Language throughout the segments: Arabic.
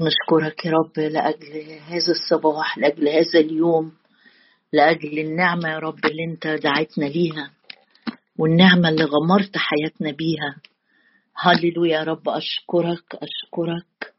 نشكرك يا رب لأجل هذا الصباح، لأجل هذا اليوم، لأجل النعمة يا رب اللي انت دعيتنا ليها، والنعمة اللي غمرت حياتنا بيها. هللويا يا رب، أشكرك أشكرك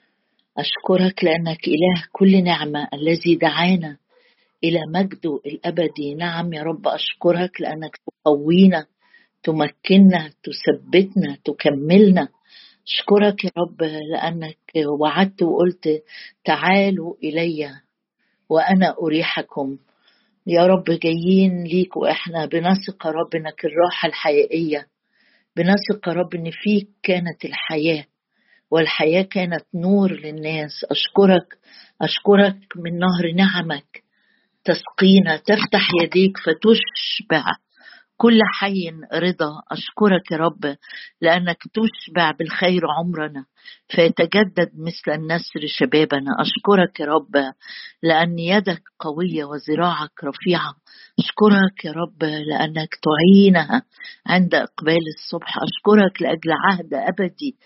أشكرك لأنك إله كل نعمة، الذي دعانا إلى مجده الأبدي. نعم يا رب، أشكرك لأنك تقوينا، تمكننا، تثبتنا، تكملنا. أشكرك يا رب لأنك وعدت وقلت تعالوا إلي وأنا أريحكم. يا رب جايين ليك وإحنا بنثق يا رب إنك الراحة الحقيقية، بنثق يا رب إن فيك كانت الحياة، والحياة كانت نور للناس. أشكرك أشكرك من نهر نعمك تسقينا، تفتح يديك فتشبع كل حي رضا. أشكرك يا رب لأنك تشبع بالخير عمرنا، فيتجدد مثل النسر شبابنا. أشكرك يا رب لأن يدك قوية وذراعك رفيعة. أشكرك يا رب لأنك تعينها عند إقبال الصبح. أشكرك لأجل عهد أبدي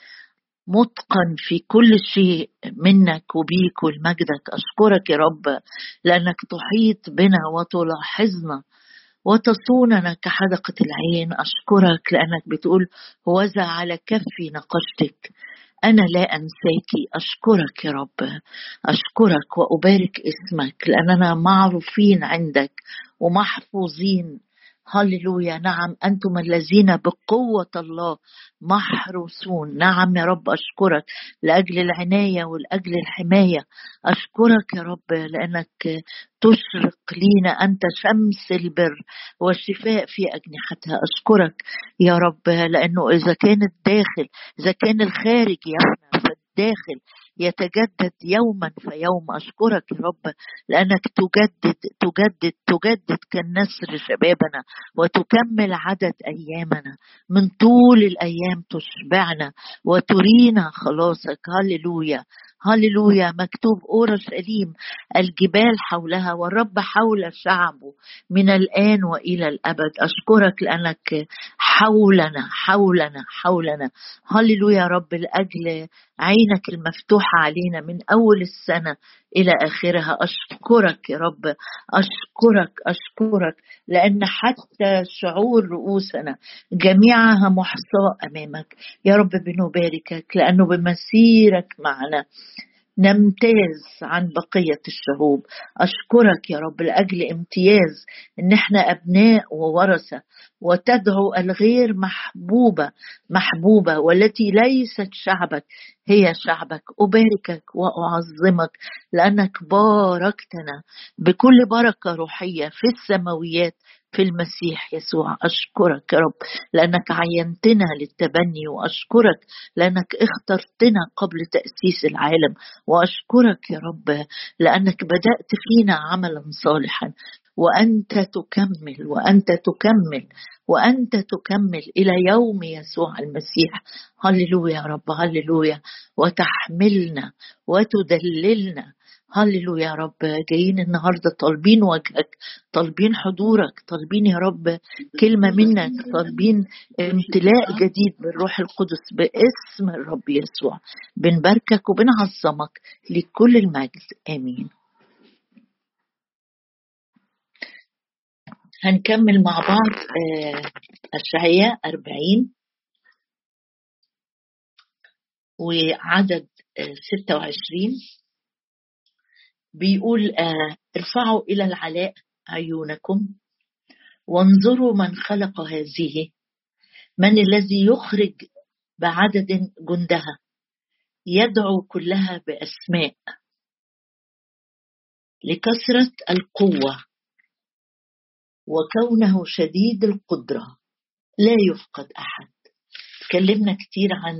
متقن في كل شيء منك وبيك ولمجدك. أشكرك يا رب لأنك تحيط بنا وتلاحظنا وتصوننا كحدقة العين. أشكرك لأنك بتقول هوذا على كفي نقشتك، أنا لا أنساك. أشكرك يا رب، أشكرك وأبارك اسمك لأننا معروفين عندك ومحفوظين. هللويا. نعم، أنتم الذين بقوة الله محروسون. نعم يا رب، أشكرك لأجل العناية ولأجل الحماية. أشكرك يا رب لأنك تشرق لينا، أنت شمس البر والشفاء في أجنحتها. أشكرك يا رب لأنه إذا كان الداخل، إذا كان الخارج يفنى فالداخل يتجدد يوما فيوم. أشكرك يا رب لأنك تجدد تجدد تجدد كالنسر شبابنا وتكمل عدد أيامنا، من طول الأيام تشبعنا وترينا خلاصك. هللويا هللويا. مكتوب أورشليم الجبال حولها والرب حول شعبه من الآن وإلى الأبد. أشكرك لأنك حولنا حولنا حولنا. هللويا يا رب لأجل عينك المفتوحة علينا من أول السنة إلى آخرها. أشكرك يا رب، أشكرك أشكرك لأن حتى شعور رؤوسنا جميعها محصاة أمامك. يا رب بنباركك لأنه بمسيرك معنا نمتاز عن بقية الشعوب. أشكرك يا رب لأجل امتياز إن احنا أبناء وورثة، وتدعو الغير محبوبة محبوبة، والتي ليست شعبك هي شعبك. أباركك وأعظمك لأنك باركتنا بكل بركة روحية في السماويات في المسيح يسوع. أشكرك يا رب لأنك عينتنا للتبني، وأشكرك لأنك اخترتنا قبل تأسيس العالم. وأشكرك يا رب لأنك بدأت فينا عملا صالحا، وأنت تكمل وأنت تكمل وأنت تكمل إلى يوم يسوع المسيح. هللويا يا رب، هللويا. وتحملنا وتدللنا. هللويا يا رب. جايين النهاردة طالبين وجهك، طالبين حضورك، طالبين يا رب كلمة منك، طالبين امتلاء جديد بالروح القدس باسم الرب يسوع. بنباركك وبنعظمك لكل المجد. آمين. هنكمل مع بعض أشعياء 40 وعدد 26. بيقول ارفعوا إلى العلاء عيونكم وانظروا من خلق هذه، من الذي يخرج بعدد جندها، يدعو كلها بأسماء، لكثرة القوة وكونه شديد القدرة لا يفقد أحد. تكلمنا كتير عن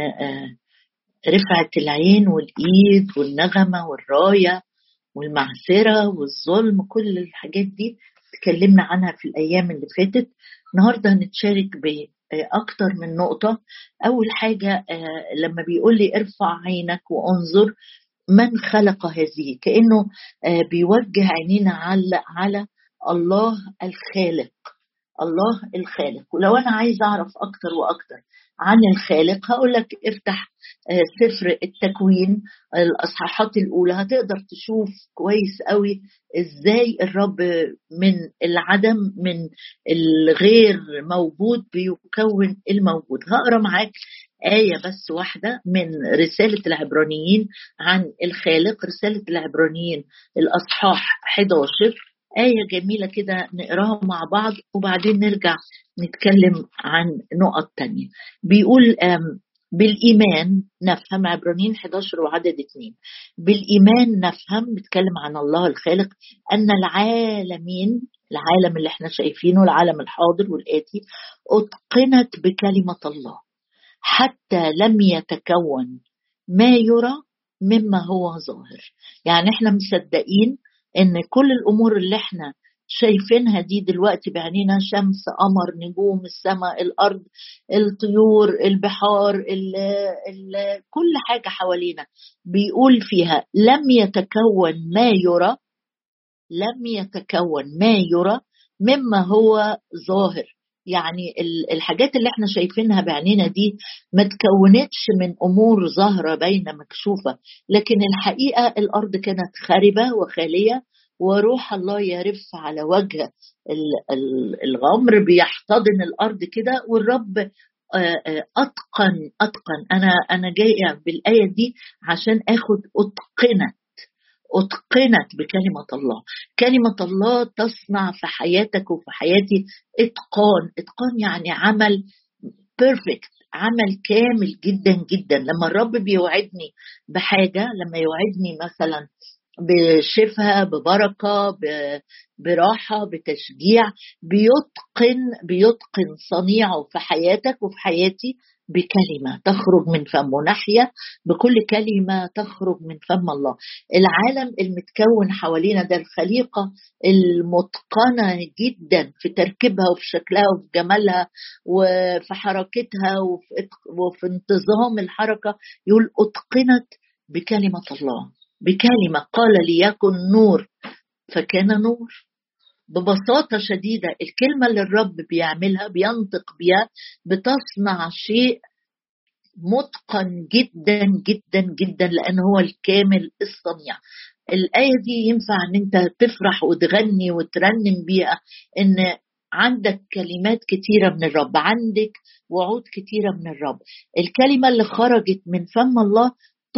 رفعة العين والإيد والنغمة والراية والمعسرة والظلم، كل الحاجات دي تكلمنا عنها في الأيام اللي فاتت. النهاردة هنتشارك بأكتر من نقطة. أول حاجة لما بيقول لي ارفع عينك وانظر من خلق هذه، كأنه بيوجه عينينا على الله الخالق، الله الخالق. ولو أنا عايز أعرف أكتر وأكتر عن الخالق هقول لك افتح سفر التكوين الأصحاحات الأولى، هتقدر تشوف كويس قوي إزاي الرب من العدم، من الغير موجود بيكون الموجود. هقرأ معاك آية بس واحدة من رسالة العبرانيين عن الخالق، رسالة العبرانيين الأصحاح 11، آية جميلة كده نقراها مع بعض وبعدين نرجع نتكلم عن نقط تانية. بيقول بالإيمان نفهم، عبرانيين 11 وعدد 2، بالإيمان نفهم، بتكلم عن الله الخالق، أن العالم اللي احنا شايفينه، العالم الحاضر والآتي، أتقنت بكلمة الله حتى لم يتكون ما يرى مما هو ظاهر. يعني احنا مصدقين ان كل الامور اللي احنا شايفينها دي دلوقتي بعينينا، شمس، قمر، نجوم، السماء، الارض، الطيور، البحار، كل حاجة حوالينا، بيقول فيها لم يتكون ما يرى مما هو ظاهر. يعني الحاجات اللي احنا شايفينها بعينينا دي ما تكونتش من امور ظاهرة باينة مكشوفة، لكن الحقيقة الارض كانت خاربة وخالية، وروح الله يرف على وجه الغمر بيحتضن الارض كده، والرب اتقن. انا جايه بالايه دي عشان اخد أتقنت بكلمة الله. كلمة الله تصنع في حياتك وفي حياتي إتقان يعني عمل بيرفكت، عمل كامل جدا جدا. لما الرب بيوعدني بحاجة، لما يوعدني مثلا بشفاء، ببركة، براحة، بتشجيع، بيتقن صنيعه في حياتك وفي حياتي بكلمة تخرج من فمه، نحيا بكل كلمة تخرج من فم الله. العالم المتكون حوالينا ده، الخليقة المتقنة جدا في تركيبها وفي شكلها وفي جمالها وفي حركتها وفي انتظام الحركة، يقول أتقنت بكلمة الله. بكلمة قال ليكن نور فكان نور. ببساطة شديدة الكلمة اللي الرب بيعملها بينطق بيها بتصنع شيء متقن جدا جدا جدا، لأن هو الكامل الصنيع. الآية دي ينفع ان انت تفرح وتغني وترنم بيها، ان عندك كلمات كتيرة من الرب، عندك وعود كتيرة من الرب. الكلمة اللي خرجت من فم الله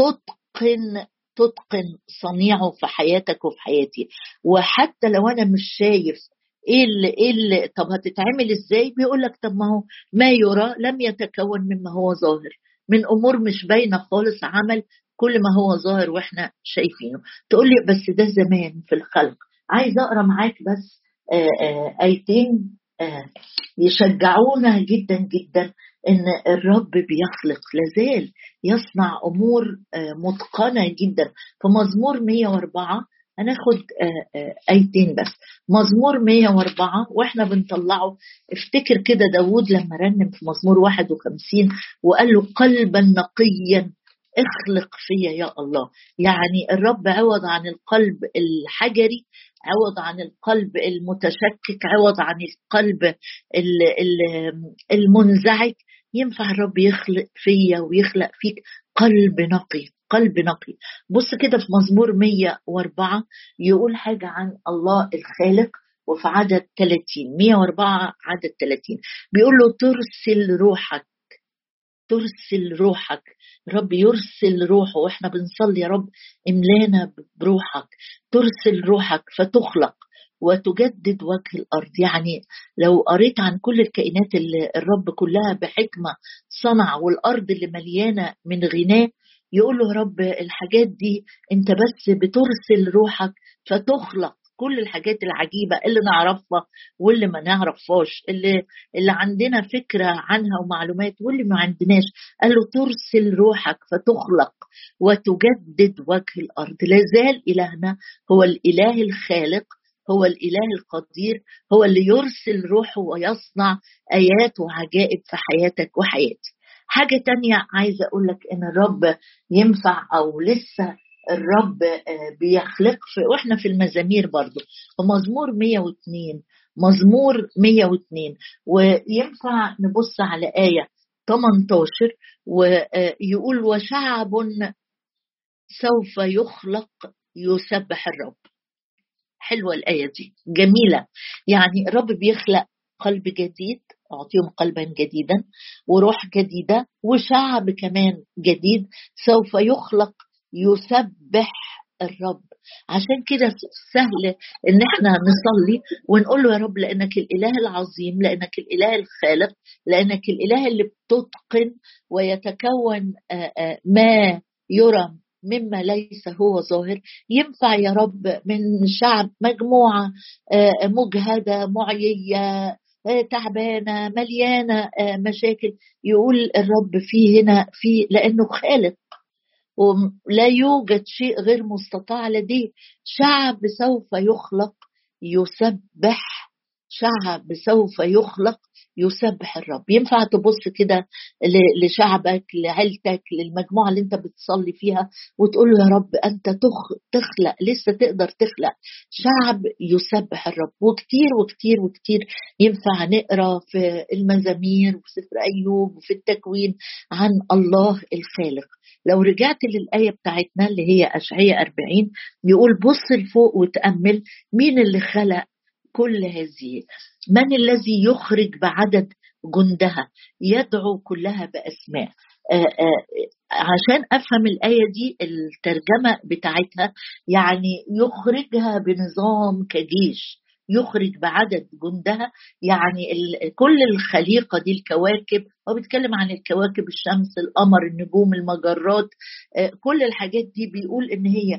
تتقن صنيعه في حياتك وفي حياتي. وحتى لو انا مش شايف ايه اللي طب هتتعمل ازاي، بيقول لك طب ما هو ما يرى لم يتكون مما هو ظاهر، من امور مش باينه خالص عمل كل ما هو ظاهر واحنا شايفينه. تقول لي بس ده زمان في الخلق. عايز اقرا معاك بس ايتين يشجعونا جدا جدا ان الرب بيخلق، لازال يصنع امور متقنه جدا. في مزمور 104 هناخد ايتين بس. مزمور 104 واحنا بنطلعه، افتكر كده داود لما رنم في مزمور 51 وقال له قلبا نقيا اخلق فيا يا الله. يعني الرب عوض عن القلب الحجري، عوض عن القلب المتشكك، عوض عن القلب المنزعج، ينفع الرب يخلق فيا ويخلق فيك قلب نقي، قلب نقي. بص كده في مزمور 104 يقول حاجة عن الله الخالق، وفي عدد 30، 104 عدد 30 بيقول له ترسل روحك. رب يرسل روحه، واحنا بنصلي يا رب املانا بروحك. ترسل روحك فتخلق وتجدد وجه الأرض. يعني لو قريت عن كل الكائنات اللي الرب كلها بحكمة صنع، والأرض اللي مليانة من غناه، يقول له رب الحاجات دي انت بس بترسل روحك فتخلق كل الحاجات العجيبة اللي نعرفها واللي ما نعرفهاش، اللي عندنا فكرة عنها ومعلومات واللي ما عندناش. قال له ترسل روحك فتخلق وتجدد وجه الأرض. لازال إلهنا هو الإله الخالق، هو الإله القدير، هو اللي يرسل روحه ويصنع آيات وعجائب في حياتك وحياتي. حاجة تانية عايزة أقولك إن الرب ينفع، أو لسه الرب بيخلق وإحنا في المزامير برضو. فمزمور 102 وينفع نبص على آية 18 ويقول وشعب سوف يخلق يسبح الرب. حلوة الآية دي، جميلة. يعني الرب بيخلق قلب جديد، أعطيهم قلبا جديدا وروح جديدة وشعب كمان جديد سوف يخلق يسبح الرب. عشان كده سهل ان احنا نصلي ونقول له يا رب لانك الاله العظيم، لانك الاله الخالق، لانك الاله اللي بتتقن ويتكون ما يرى مما ليس هو ظاهر. ينفع يا رب من شعب مجموعة مجهدة معيية تعبانة مليانة مشاكل، يقول الرب فيه هنا في لأنه خالق ولا يوجد شيء غير مستطاع لديه. شعب سوف يخلق يسبح، شعب سوف يخلق يسبح الرب. ينفع تبص كده لشعبك، لعيلتك، للمجموعة اللي انت بتصلي فيها وتقول له يا رب انت تخلق، لسه تقدر تخلق شعب يسبح الرب. وكتير وكتير وكتير ينفع نقرأ في المزامير وفي سفر أيوب وفي التكوين عن الله الخالق. لو رجعت للآية بتاعتنا اللي هي أشعياء 40 يقول بص لفوق وتأمل مين اللي خلق كل هذه، من الذي يخرج بعدد جندها يدعو كلها بأسماء. عشان أفهم الآية دي الترجمة بتاعتها يعني يخرجها بنظام كجيش، يخرج بعدد جندها. يعني كل الخليقة دي الكواكب، هو بيتكلم عن الكواكب، الشمس، القمر، النجوم، المجرات، كل الحاجات دي بيقول إن هي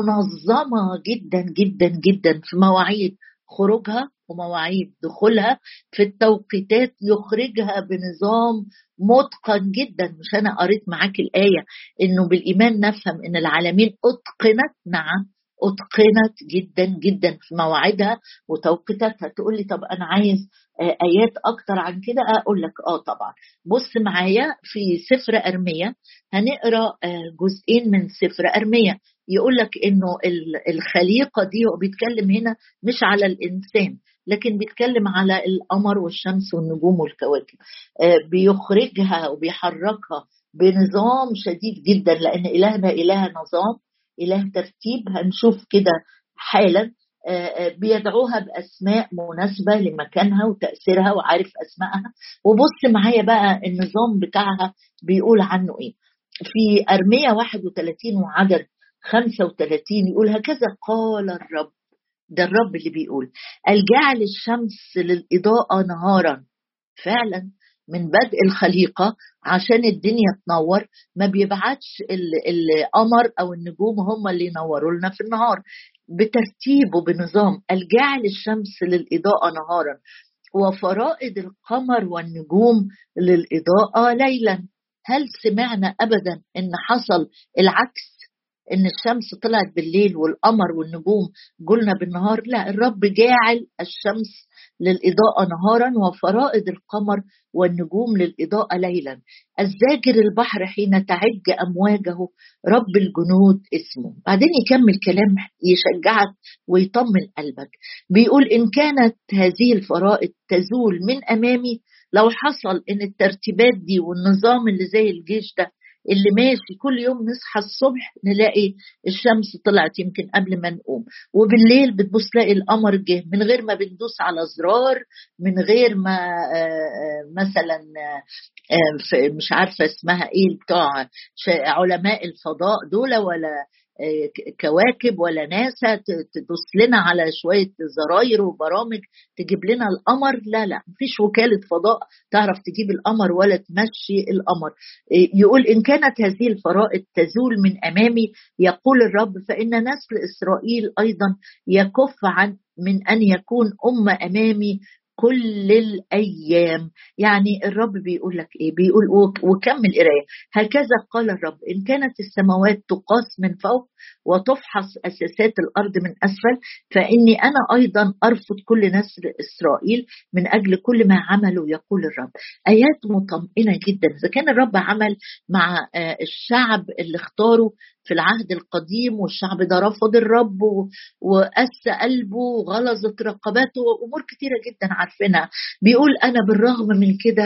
منظمة جدا جدا جدا في مواعيد خروجها ومواعيد دخولها، في التوقيتات يخرجها بنظام متقن جدا. مش أنا قريت معاك الآية إنه بالإيمان نفهم إن العالمين أتقنت؟ نعم أتقنت جدا جدا في مواعيدها وتوقيتاتها. تقول لي طب أنا عايز آيات أكتر عن كده، أقول لك طبعا. بص معايا في سفر أرميا، هنقرأ جزئين من سفر أرميا. يقول لك إنه الخليقة دي، هو بيتكلم هنا مش على الإنسان لكن بيتكلم على القمر والشمس والنجوم والكواكب، بيخرجها وبيحركها بنظام شديد جدا، لأن إلهنا إله نظام، إله ترتيب. هنشوف كده حالا بيدعوها بأسماء مناسبة لمكانها وتأثيرها وعارف أسمائها. وبص معايا بقى النظام بتاعها بيقول عنه إيه. في أرميا 31 وعدد 35 يقول هكذا قال الرب، ده الرب اللي بيقول الجعل الشمس للإضاءة نهارا. فعلا من بدء الخليقة عشان الدنيا تنور ما بيبعتش القمر أو النجوم هم اللي ينوروا لنا في النهار، بترتيب وبنظام. الجعل الشمس للإضاءة نهارا وفرائض القمر والنجوم للإضاءة ليلا. هل سمعنا أبدا إن حصل العكس، إن الشمس طلعت بالليل والقمر والنجوم قلنا بالنهار؟ لا، الرب جاعل الشمس للإضاءة نهارا وفرائض القمر والنجوم للإضاءة ليلا. الزاجر البحر حين تعج أمواجه رب الجنود اسمه. بعدين يكمل كلام يشجعك ويطمن قلبك، بيقول إن كانت هذه الفرائض تزول من أمامي، لو حصل إن الترتيبات دي والنظام اللي زي الجيش ده اللي ماشي كل يوم نصحى الصبح نلاقي الشمس طلعت يمكن قبل ما نقوم، وبالليل بتبص تلاقي القمر جه من غير ما بندوس على زرار، من غير ما مثلا مش عارفة اسمها ايه بتوع علماء الفضاء دول، ولا كواكب ولا ناسا تدوس لنا على شوية زراير وبرامج تجيب لنا القمر. لا لا، مفيش وكالة فضاء تعرف تجيب القمر ولا تمشي القمر. يقول إن كانت هذه الفرائض تزول من أمامي يقول الرب، فإن نسل إسرائيل أيضا يكف عن من أن يكون أمة أمامي كل الأيام. يعني الرب بيقول لك إيه؟ بيقول وكمل قراية، هكذا قال الرب إن كانت السماوات تقاس من فوق وتفحص أساسات الأرض من أسفل، فإني أنا أيضا أرفض كل نسل إسرائيل من أجل كل ما عملوا يقول الرب. آيات مطمئنة جدا. إذا كان الرب عمل مع الشعب اللي اختاره في العهد القديم والشعب ده رفض الرب وقس قلبه وغلظت رقبته وأمور كتيرة جدا عارفينها، بيقول أنا بالرغم من كده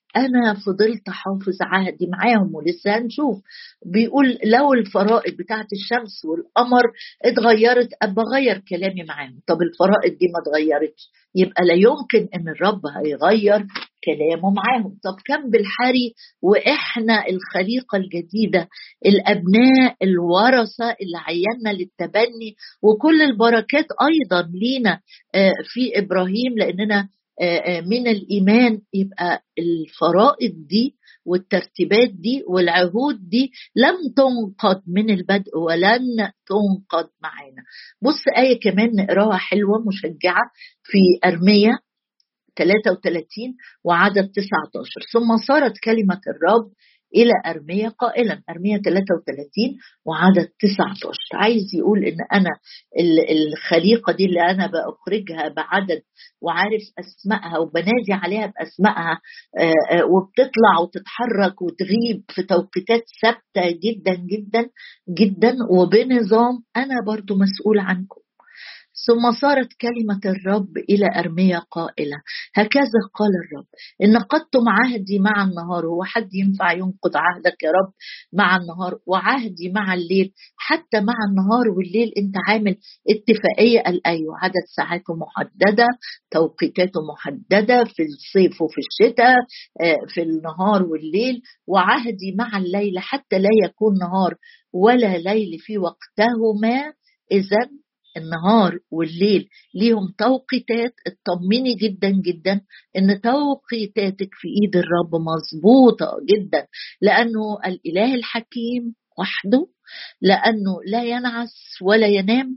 أنا فضلت حافظ عهدي معاهم، ولسه هنشوف بيقول لو الفرائض بتاعت الشمس والقمر اتغيرت أبقى غير كلامي معاهم. طب الفرائض دي ما اتغيرتش، يبقى لا يمكن إن الرب هيغير كلامه معاهم. طب كم بالحري وإحنا الخليقة الجديدة، الأبناء الورثة اللي عينا للتبني، وكل البركات أيضا لينا في إبراهيم، لأننا من الإيمان. يبقى الفرائض دي والترتيبات دي والعهود دي لم تنقض من البدء ولن تنقض معانا. بص آية كمان نقراها حلوة مشجعة في أرمية 33 وعدد 19. ثم صارت كلمة الرب إلى أرميا قائلا، أرميا 33 وعدد 19. عايز يقول إن أنا الخليقة دي اللي أنا بأخرجها بعدد وعارف أسمائها وبنادي عليها بأسمائها، وبتطلع وتتحرك وتغيب في توقيتات ثابتة جدا جدا جدا وبنظام، أنا برضو مسؤول عنكم. ثم صارت كلمة الرب إلى أرميا قائلة، هكذا قال الرب إن نقضتم عهدي مع النهار. هو حد ينفع ينقض عهدك يا رب مع النهار؟ وعهدي مع الليل، حتى مع النهار والليل أنت عامل اتفاقية. قال أيوة، عدد ساعاته محددة، توقيتاته محددة، في الصيف وفي الشتاء، في النهار والليل. وعهدي مع الليل حتى لا يكون نهار ولا ليل في وقتهما. إذن النهار والليل ليهم توقيتات. اطمني جدا جدا ان توقيتاتك في ايد الرب مظبوطة جدا، لانه الاله الحكيم وحده، لانه لا ينعس ولا ينام،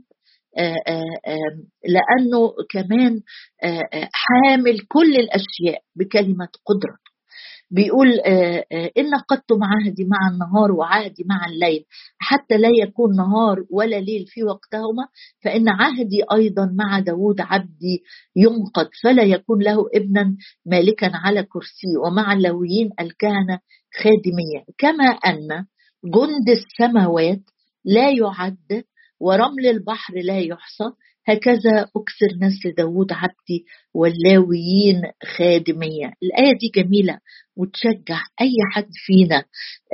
لانه كمان حامل كل الاشياء بكلمة قدرة. بيقول إن نقضتم عهدي مع النهار وعهدي مع الليل حتى لا يكون نهار ولا ليل في وقتهما، فإن عهدي أيضا مع داود عبدي ينقض فلا يكون له ابنا مالكا على كرسي، ومع اللويين الكهنة خادمية. كما أن جند السماوات لا يعد ورمل البحر لا يحصى، هكذا أكثر نسل داود عبدي واللاويين خادمية. الآية دي جميلة وتشجع أي حد فينا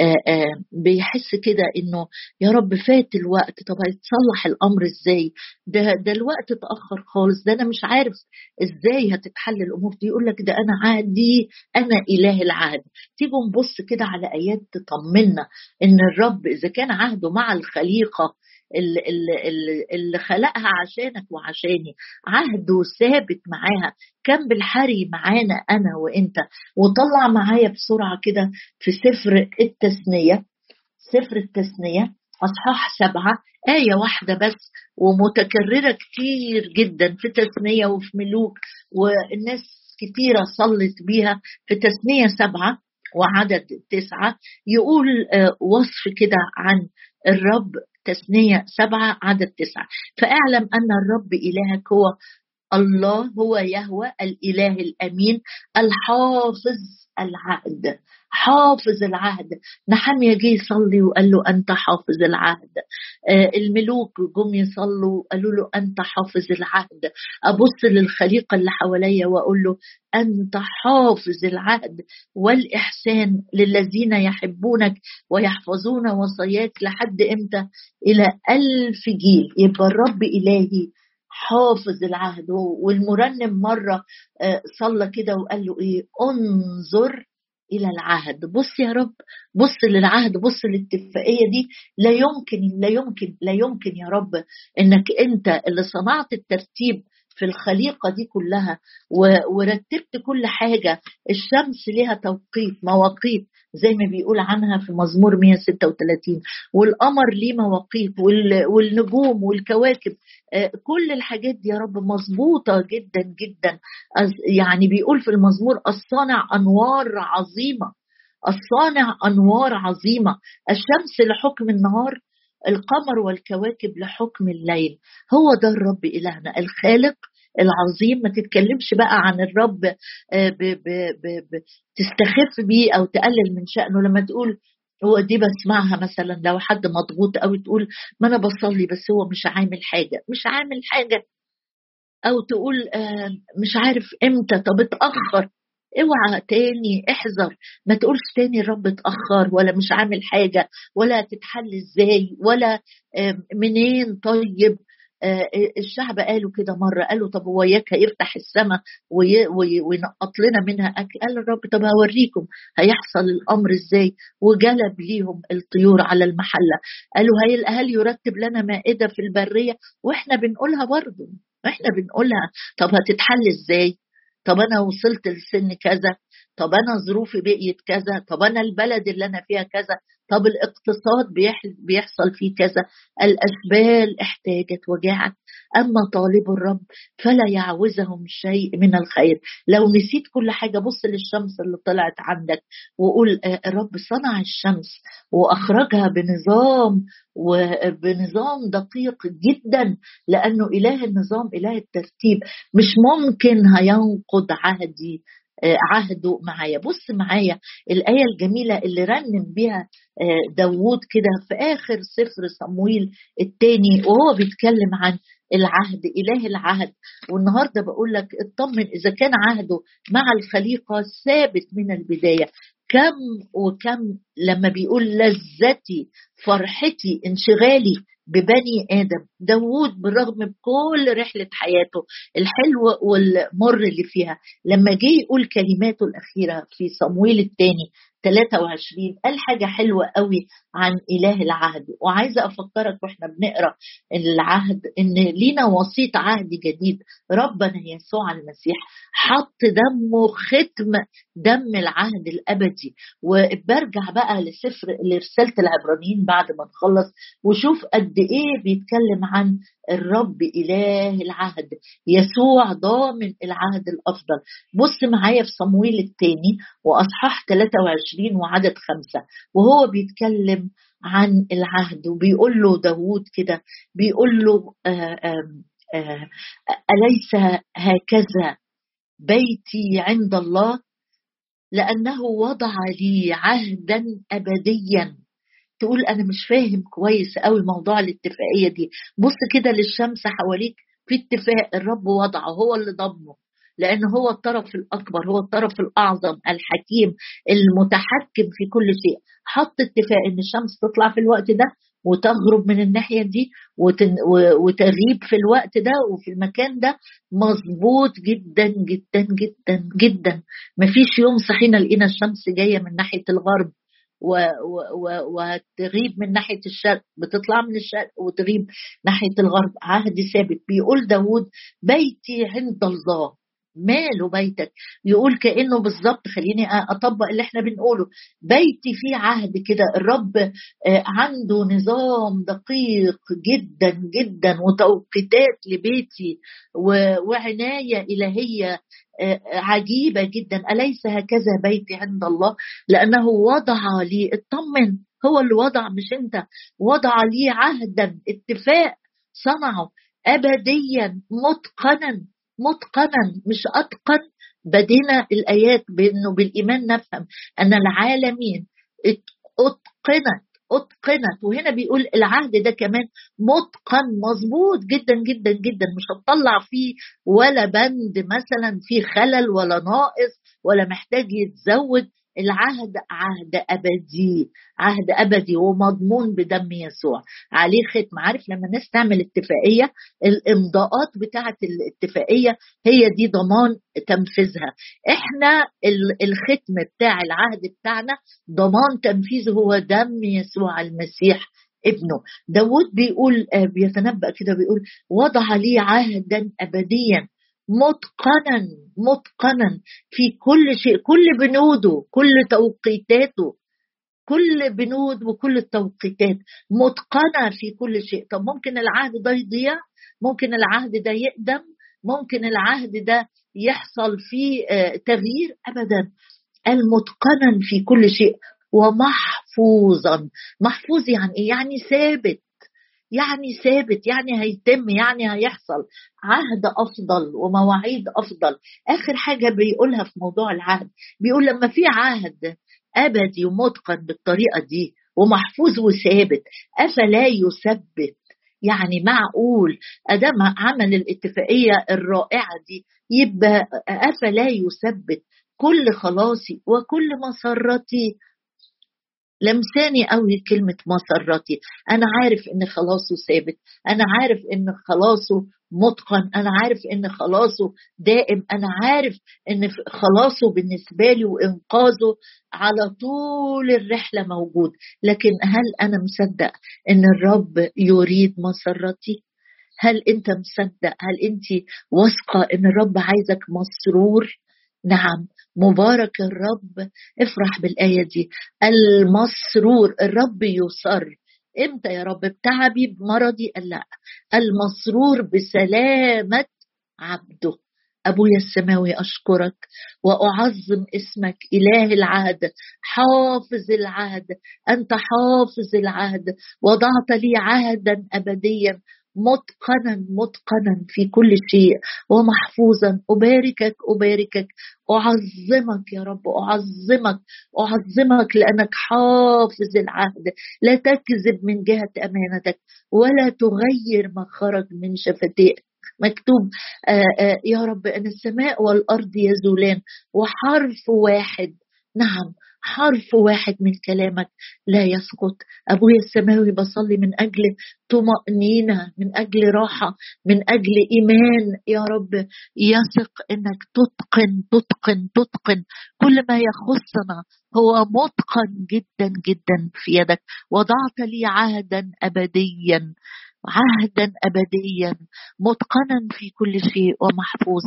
بيحس كده إنه يا رب فات الوقت، طب هيتصلح الأمر إزاي؟ ده الوقت اتأخر خالص، ده أنا مش عارف إزاي هتتحل الأمور دي. يقول لك ده أنا عهدي، أنا إله العهد. تيجوا نبص كده على آيات تطمنا إن الرب إذا كان عهده مع الخليقة اللي خلقها عشانك وعشاني، عهده ثابت معاها، كان بالحري معانا أنا وإنت. وطلع معايا بسرعة كده في سفر التثنية، سفر التثنية أصحاح 7، آية واحدة بس ومتكررة كتير جدا في تثنية وفي ملوك، والناس كتيرة صلت بيها. في تثنية 7 وعدد 9 يقول وصف كده عن الرب. تثنية 7 عدد 9، فاعلم أن الرب إلهك هو الله، هو يهوى الإله الأمين الحافظ العهد. حافظ العهد. نحميا جه يصلي وقال له أنت حافظ العهد. الملوك جم يصلوا قالوا له أنت حافظ العهد. أبص للخليقة اللي حواليا وأقول له أنت حافظ العهد والإحسان للذين يحبونك ويحفظون وصاياك لحد إمتى؟ إلى 1000 جيل. يبقى الرب إلهي حافظ العهد. والمرنم مرة صلى كده وقال له ايه؟ انظر الى العهد. بص يا رب، بص للعهد، بص للاتفاقية دي. لا يمكن لا يمكن لا يمكن يا رب انك انت اللي صنعت الترتيب في الخليقة دي كلها ورتبت كل حاجة. الشمس لها توقيت، مواقيت زي ما بيقول عنها في مزمور 136، والقمر ليه مواقيت، والنجوم والكواكب. كل الحاجات دي يا رب مظبوطة جدا جدا. يعني بيقول في المزمور الصانع أنوار عظيمة، الصانع أنوار عظيمة، الشمس لحكم النهار، القمر والكواكب لحكم الليل. هو ده الرب إلهنا الخالق العظيم. ما تتكلمش بقى عن الرب تستخف بيه أو تقلل من شأنه. لما تقول، هو دي بسمعها مثلا لو حد مضغوط أو تقول ما أنا بصلي بس هو مش عامل حاجة، مش عامل حاجة. أو تقول مش عارف إمتى، طب اتأخر. اوعى تاني، احذر ما تقولش تاني الرب اتأخر ولا مش عامل حاجة ولا تتحل ازاي ولا منين. طيب الشعب قالوا كده مرة، قالوا طب هو ياك هيفتح السماء وينقط لنا منها أكل؟ قال الرب طب هوريكم هيحصل الأمر ازاي. وجلب ليهم الطيور على المحلة. قالوا هل يرتب لنا مائدة في البرية؟ واحنا بنقولها برضو، احنا بنقولها. طب هتتحل ازاي؟ طب انا وصلت لسن كذا، طب انا ظروفي بقيت كذا، طب انا البلد اللي انا فيها كذا، طب الاقتصاد بيحصل فيه كذا. الاشبال احتاجت وجاعت، اما طالب الرب فلا يعوزهم شيء من الخير. لو نسيت كل حاجه بص للشمس اللي طلعت عندك وقول الرب صنع الشمس واخرجها بنظام، وبنظام دقيق جدا، لانه اله النظام اله الترتيب. مش ممكن هينقض عهده معايا. بص معايا الآية الجميلة اللي رنم بها داوود كده في آخر سفر صمويل الثاني، وهو بيتكلم عن العهد، إله العهد. والنهاردة بقول لك اطمن، إذا كان عهده مع الخليقة ثابت من البداية، كم وكم لما بيقول لذتي فرحتي انشغالي ببني آدم. داوود بالرغم بكل رحلة حياته الحلوة والمر اللي فيها، لما جه يقول كلماته الأخيرة في صمويل الثاني 23 قال حاجة حلوة قوي عن إله العهد. وعايزة أفكرك وإحنا بنقرأ العهد إن لينا وسيط عهد جديد، ربنا يسوع المسيح حط دمه ختم دم العهد الأبدي. وبرجع بقى لرسالة العبرانيين بعد ما نخلص وشوف قد إيه بيتكلم عن الرب إله العهد، يسوع ضامن العهد الأفضل. بص معايا في صمويل الثاني وأصحاح 23 وعدد 5، وهو بيتكلم عن العهد وبيقول له داوود كده، بيقول له أليس هكذا بيتي عند الله، لأنه وضع لي عهدا أبديا. تقول أنا مش فاهم كويس قوي موضوع الاتفاقية دي. بص كده للشمس حواليك، في اتفاق الرب وضعه، هو اللي ضمه، لأن هو الطرف الأكبر، هو الطرف الأعظم الحكيم المتحكم في كل شيء. حط اتفاق إن الشمس تطلع في الوقت ده وتغرب من الناحية دي وتغيب في الوقت ده وفي المكان ده، مظبوط جدا جدا جدا جدا. مفيش يوم صحينا لقينا الشمس جاية من ناحية الغرب وتغيب من ناحية الشرق، بتطلع من الشرق وتغيب ناحية الغرب. عهد ثابت. بيقول داود بيتي عند الله. ماله بيتك؟ يقول كأنه بالظبط، خليني أطبق اللي احنا بنقوله، بيتي فيه عهد كده. الرب عنده نظام دقيق جدا جدا وتوقيتات لبيتي وعناية إلهية عجيبة جدا. أليس هكذا بيتي عند الله، لأنه وضع لي، اطمن هو اللي وضع مش أنت، وضع لي عهدا اتفاق صنعه أبديا متقنا. متقنا مش أتقن. بدينا الآيات بأنه بالإيمان نفهم أن العالمين أتقنت، وهنا بيقول العهد ده كمان متقن مظبوط جدا جدا جدا، مش هتطلع فيه ولا بند مثلا فيه خلل ولا ناقص ولا محتاج يتزود. العهد عهد أبدي، عهد أبدي ومضمون بدم يسوع عليه ختم. عارف لما الناس تعمل اتفاقية، الإمضاءات بتاعة الاتفاقية هي دي ضمان تنفيذها. احنا الختم بتاع العهد بتاعنا ضمان تنفيذه هو دم يسوع المسيح ابنه. داود بيقول بيتنبأ كده بيقول وضع لي عهدا أبديا متقنا. متقنا في كل شيء، كل بنوده، كل توقيتاته، كل بنود وكل التوقيتات متقنة في كل شيء. طب ممكن العهد ده يضيع، ممكن العهد ده يقدم، ممكن العهد ده يحصل فيه تغيير؟ أبدا. المتقنا في كل شيء ومحفوظا. محفوظ يعني ايه؟ يعني ثابت، يعني ثابت، يعني هيتم، يعني هيحصل. عهد أفضل ومواعيد أفضل. آخر حاجة بيقولها في موضوع العهد، بيقول لما في عهد أبدي ومتقن بالطريقة دي ومحفوظ وثابت أفلا يثبت؟ يعني معقول أدام عمل الاتفاقية الرائعة دي يبقى أفلا يثبت؟ كل خلاصي وكل مسرتي. لمساني قوي كلمة مسرتي. أنا عارف إن خلاصه ثابت، أنا عارف إن خلاصه متقن، أنا عارف إن خلاصه دائم، أنا عارف إن خلاصه بالنسبة لي وإنقاذه على طول الرحلة موجود. لكن هل أنا مصدق إن الرب يريد مسرتي؟ هل أنت مصدق؟ هل أنت واثقة إن الرب عايزك مسرور؟ نعم، مبارك الرب. افرح بالآية دي، المسرور. الرب يسر. امتى يا رب؟ بتعبي، بمرضي؟ قال لا، المسرور بسلامة عبده. أبويا السماوي أشكرك وأعظم اسمك إله العهد، حافظ العهد. أنت حافظ العهد، وضعت لي عهدا أبديا متقنا في كل شيء ومحفوظا. أباركك أباركك، أعظمك يا رب، أعظمك لأنك حافظ العهد. لا تكذب من جهة أمانتك ولا تغير ما خرج من شفتيك. مكتوب يا رب أن السماء والأرض يزولان وحرف واحد، نعم حرف واحد من كلامك لا يسقط. أبويا السماوي بصلي من أجل طمأنينة، من أجل راحة، من أجل إيمان يا رب يثق أنك تتقن كل ما يخصنا. هو متقن جدا جدا في يدك. وضعت لي عهدا أبديا، عهدا أبديا متقنا في كل شيء ومحفوظ.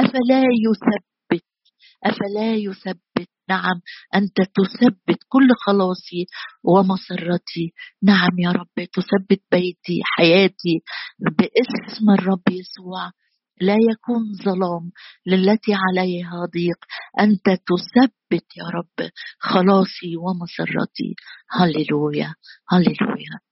أفلا يثبت؟ نعم، أنت تثبت كل خلاصي ومسرتي. نعم يا رب، تثبت بيتي، حياتي، باسم الرب يسوع. لا يكون ظلام للتي عليها ضيق. أنت تثبت يا رب خلاصي ومسرتي. هللويا هللويا.